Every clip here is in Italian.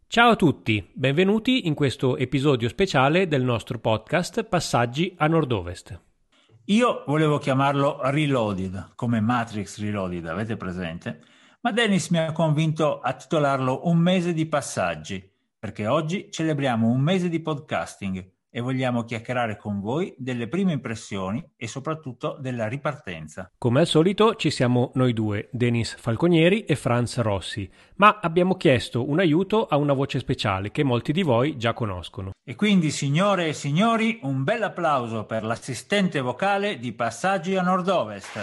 Ciao a tutti, benvenuti in questo episodio speciale del nostro podcast Passaggi a Nord-Ovest. Io volevo chiamarlo Reloaded, come Matrix Reloaded, avete presente? Ma Dennis mi ha convinto a titolarlo Un mese di passaggi, perché oggi celebriamo un mese di podcasting e vogliamo chiacchierare con voi delle prime impressioni e soprattutto della ripartenza. Come al solito ci siamo noi due, Denis Falconieri e Franz Rossi, ma abbiamo chiesto un aiuto a una voce speciale che molti di voi già conoscono. E quindi, signore e signori, un bel applauso per l'assistente vocale di Passaggi a Nord-Ovest.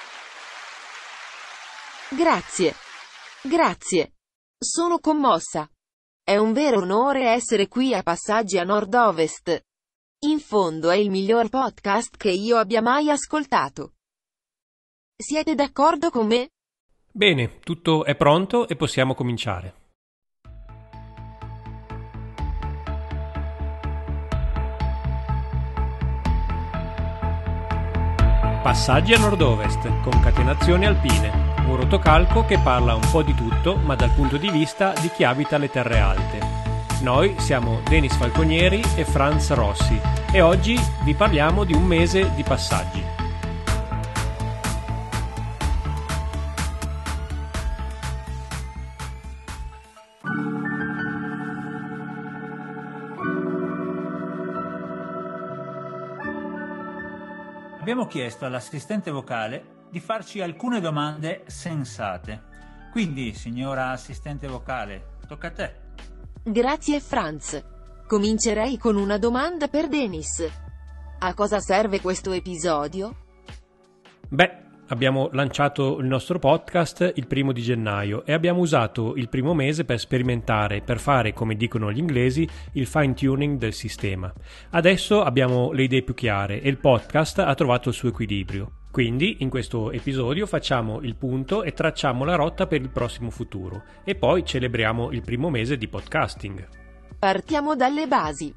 Grazie. Sono commossa. È un vero onore essere qui a Passaggi a Nord-Ovest. In fondo è il miglior podcast che io abbia mai ascoltato. Siete d'accordo con me? Bene, tutto è pronto e possiamo cominciare. Passaggi a Nord-Ovest, concatenazioni alpine. Un rotocalco che parla un po' di tutto, ma dal punto di vista di chi abita le terre alte. Noi siamo Denis Falconieri e Franz Rossi e oggi vi parliamo di un mese di passaggi. Abbiamo chiesto all'assistente vocale di farci alcune domande sensate. Quindi, signora assistente vocale, tocca a te. Grazie Franz. Comincerei con una domanda per Denis. A cosa serve questo episodio? Abbiamo lanciato il nostro podcast il 1 di gennaio e abbiamo usato il primo mese per sperimentare, per fare, come dicono gli inglesi, il fine tuning del sistema. Adesso abbiamo le idee più chiare e il podcast ha trovato il suo equilibrio. Quindi, in questo episodio facciamo il punto e tracciamo la rotta per il prossimo futuro e poi celebriamo il primo mese di podcasting. Partiamo dalle basi.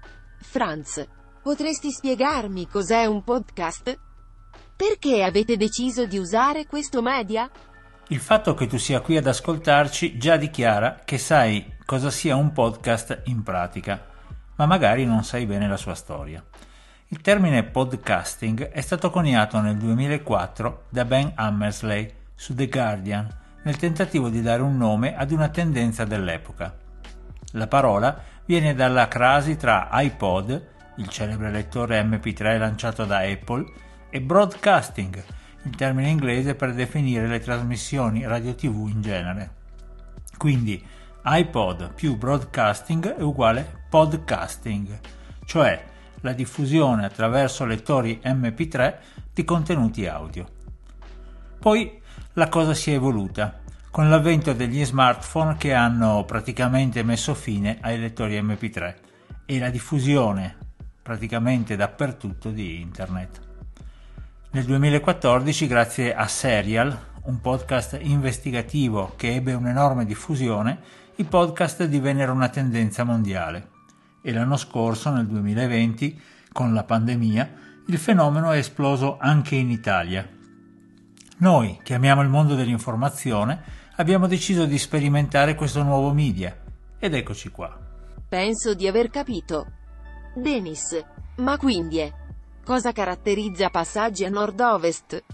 Franz, potresti spiegarmi cos'è un podcast? Perché avete deciso di usare questo media? Il fatto che tu sia qui ad ascoltarci già dichiara che sai cosa sia un podcast in pratica, ma magari non sai bene la sua storia. Il termine podcasting è stato coniato nel 2004 da Ben Hammersley su The Guardian nel tentativo di dare un nome ad una tendenza dell'epoca. La parola viene dalla crasi tra iPod, il celebre lettore MP3 lanciato da Apple, e broadcasting, il termine inglese per definire le trasmissioni radio-tv in genere. Quindi iPod più broadcasting è uguale podcasting, cioè la diffusione attraverso lettori MP3 di contenuti audio. Poi la cosa si è evoluta, con l'avvento degli smartphone che hanno praticamente messo fine ai lettori MP3 e la diffusione praticamente dappertutto di internet. Nel 2014, grazie a Serial, un podcast investigativo che ebbe un'enorme diffusione, i podcast divennero una tendenza mondiale. E l'anno scorso, nel 2020, con la pandemia, il fenomeno è esploso anche in Italia. Noi, che amiamo il mondo dell'informazione, abbiamo deciso di sperimentare questo nuovo media. Ed eccoci qua. Penso di aver capito. Denis, ma quindi cosa caratterizza Passaggi a Nord-Ovest?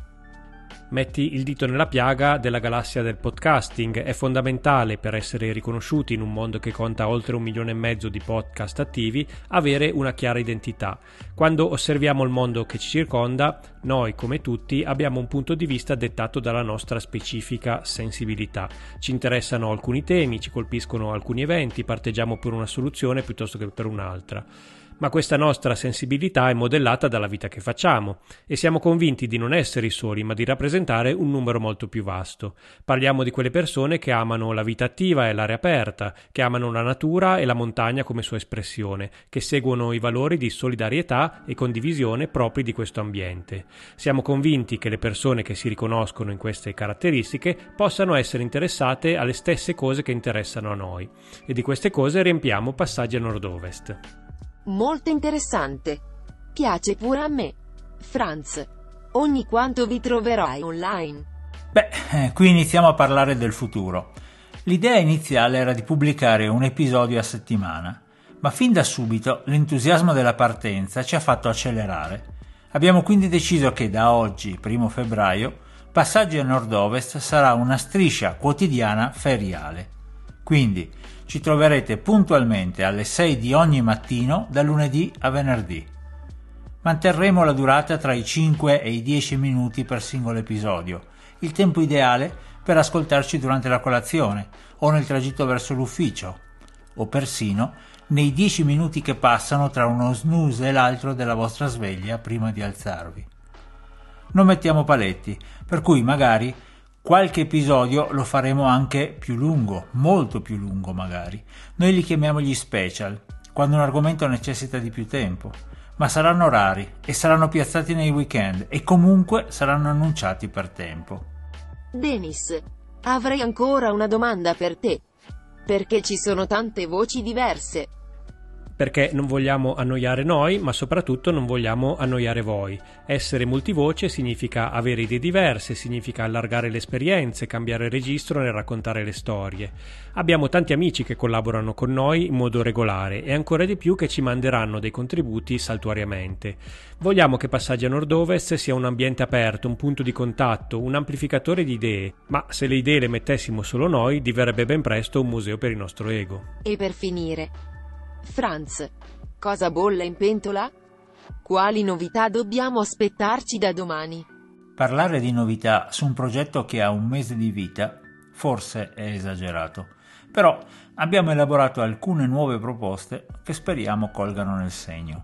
Metti il dito nella piaga della galassia del podcasting. È fondamentale per essere riconosciuti in un mondo che conta oltre 1,5 milioni di podcast attivi avere una chiara identità. Quando osserviamo il mondo che ci circonda, noi come tutti abbiamo un punto di vista dettato dalla nostra specifica sensibilità. Ci interessano alcuni temi, ci colpiscono alcuni eventi, parteggiamo per una soluzione piuttosto che per un'altra. Ma questa nostra sensibilità è modellata dalla vita che facciamo e siamo convinti di non essere i soli, ma di rappresentare un numero molto più vasto. Parliamo di quelle persone che amano la vita attiva e l'aria aperta, che amano la natura e la montagna come sua espressione, che seguono i valori di solidarietà e condivisione propri di questo ambiente. Siamo convinti che le persone che si riconoscono in queste caratteristiche possano essere interessate alle stesse cose che interessano a noi, e di queste cose riempiamo Passaggi a Nord-Ovest. Molto interessante. Piace pure a me. Franz, ogni quanto vi troverai online? Qui iniziamo a parlare del futuro. L'idea iniziale era di pubblicare un episodio a settimana, ma fin da subito l'entusiasmo della partenza ci ha fatto accelerare. Abbiamo quindi deciso che da oggi, 1 febbraio, Passaggi a Nord-Ovest sarà una striscia quotidiana feriale. Quindi ci troverete puntualmente alle 6 di ogni mattino da lunedì a venerdì. Manterremo la durata tra i 5 e i 10 minuti per singolo episodio, il tempo ideale per ascoltarci durante la colazione o nel tragitto verso l'ufficio, o persino nei 10 minuti che passano tra uno snooze e l'altro della vostra sveglia prima di alzarvi. Non mettiamo paletti, per cui magari qualche episodio lo faremo anche più lungo, molto più lungo magari. Noi li chiamiamo gli special, quando un argomento necessita di più tempo, ma saranno rari e saranno piazzati nei weekend e comunque saranno annunciati per tempo. Dennis, avrei ancora una domanda per te. Perché ci sono tante voci diverse? Perché non vogliamo annoiare noi, ma soprattutto non vogliamo annoiare voi. Essere multivoce significa avere idee diverse, significa allargare le esperienze, cambiare registro nel raccontare le storie. Abbiamo tanti amici che collaborano con noi in modo regolare e ancora di più che ci manderanno dei contributi saltuariamente. Vogliamo che Passaggi a Nord-Ovest sia un ambiente aperto, un punto di contatto, un amplificatore di idee, ma se le idee le mettessimo solo noi, diverrebbe ben presto un museo per il nostro ego. E per finire, Franz, cosa bolle in pentola? Quali novità dobbiamo aspettarci da domani? Parlare di novità su un progetto che ha un mese di vita forse è esagerato, però abbiamo elaborato alcune nuove proposte che speriamo colgano nel segno.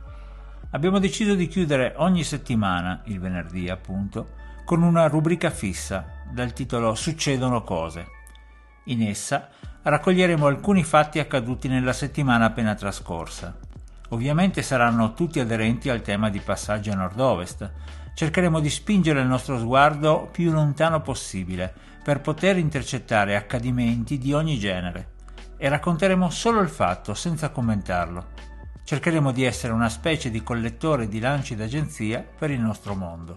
Abbiamo deciso di chiudere ogni settimana, il venerdì appunto, con una rubrica fissa dal titolo Succedono cose. In essa raccoglieremo alcuni fatti accaduti nella settimana appena trascorsa. Ovviamente saranno tutti aderenti al tema di Passaggi a Nord-Ovest. Cercheremo di spingere il nostro sguardo più lontano possibile per poter intercettare accadimenti di ogni genere e racconteremo solo il fatto senza commentarlo. Cercheremo di essere una specie di collettore di lanci d'agenzia per il nostro mondo.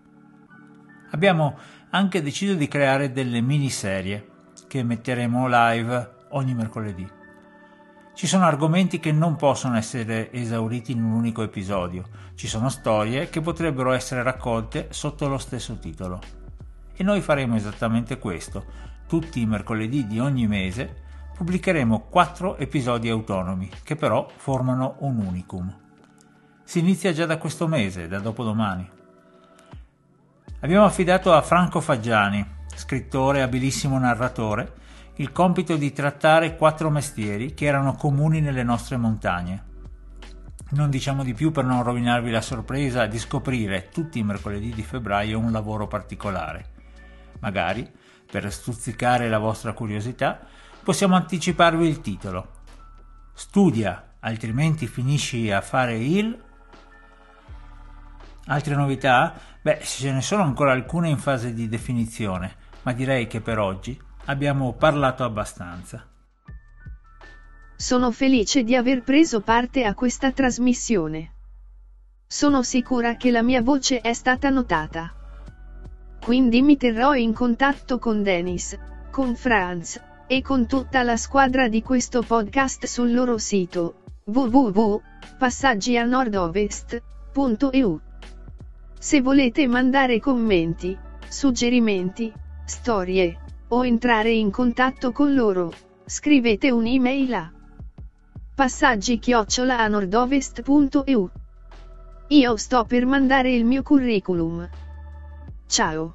Abbiamo anche deciso di creare delle miniserie che metteremo live ogni mercoledì. Ci sono argomenti che non possono essere esauriti in un unico episodio, ci sono storie che potrebbero essere raccolte sotto lo stesso titolo. E noi faremo esattamente questo. Tutti i mercoledì di ogni mese pubblicheremo 4 episodi autonomi, che però formano un unicum. Si inizia già da questo mese, da dopodomani. Abbiamo affidato a Franco Faggiani, scrittore e abilissimo narratore, il compito di trattare 4 mestieri che erano comuni nelle nostre montagne. Non diciamo di più per non rovinarvi la sorpresa di scoprire tutti i mercoledì di febbraio un lavoro particolare. Magari, per stuzzicare la vostra curiosità, possiamo anticiparvi il titolo. Studia, altrimenti finisci a fare il... Altre novità? Ce ne sono ancora alcune in fase di definizione, ma direi che per oggi abbiamo parlato abbastanza. Sono felice di aver preso parte a questa trasmissione. Sono sicura che la mia voce è stata notata. Quindi mi terrò in contatto con Dennis, con Franz e con tutta la squadra di questo podcast sul loro sito www.passaggianordovest.eu. Se volete mandare commenti, suggerimenti, storie o entrare in contatto con loro, scrivete un'email a passaggi@nordovest.eu. Io sto per mandare il mio curriculum. Ciao.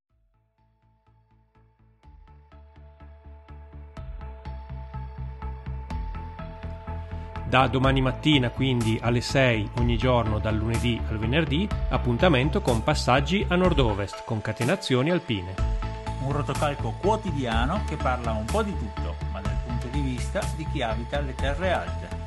Da domani mattina, quindi alle 6 ogni giorno dal lunedì al venerdì, appuntamento con Passaggi a Nord-Ovest, concatenazioni alpine. Un rotocalco quotidiano che parla un po' di tutto, ma dal punto di vista di chi abita le terre alte.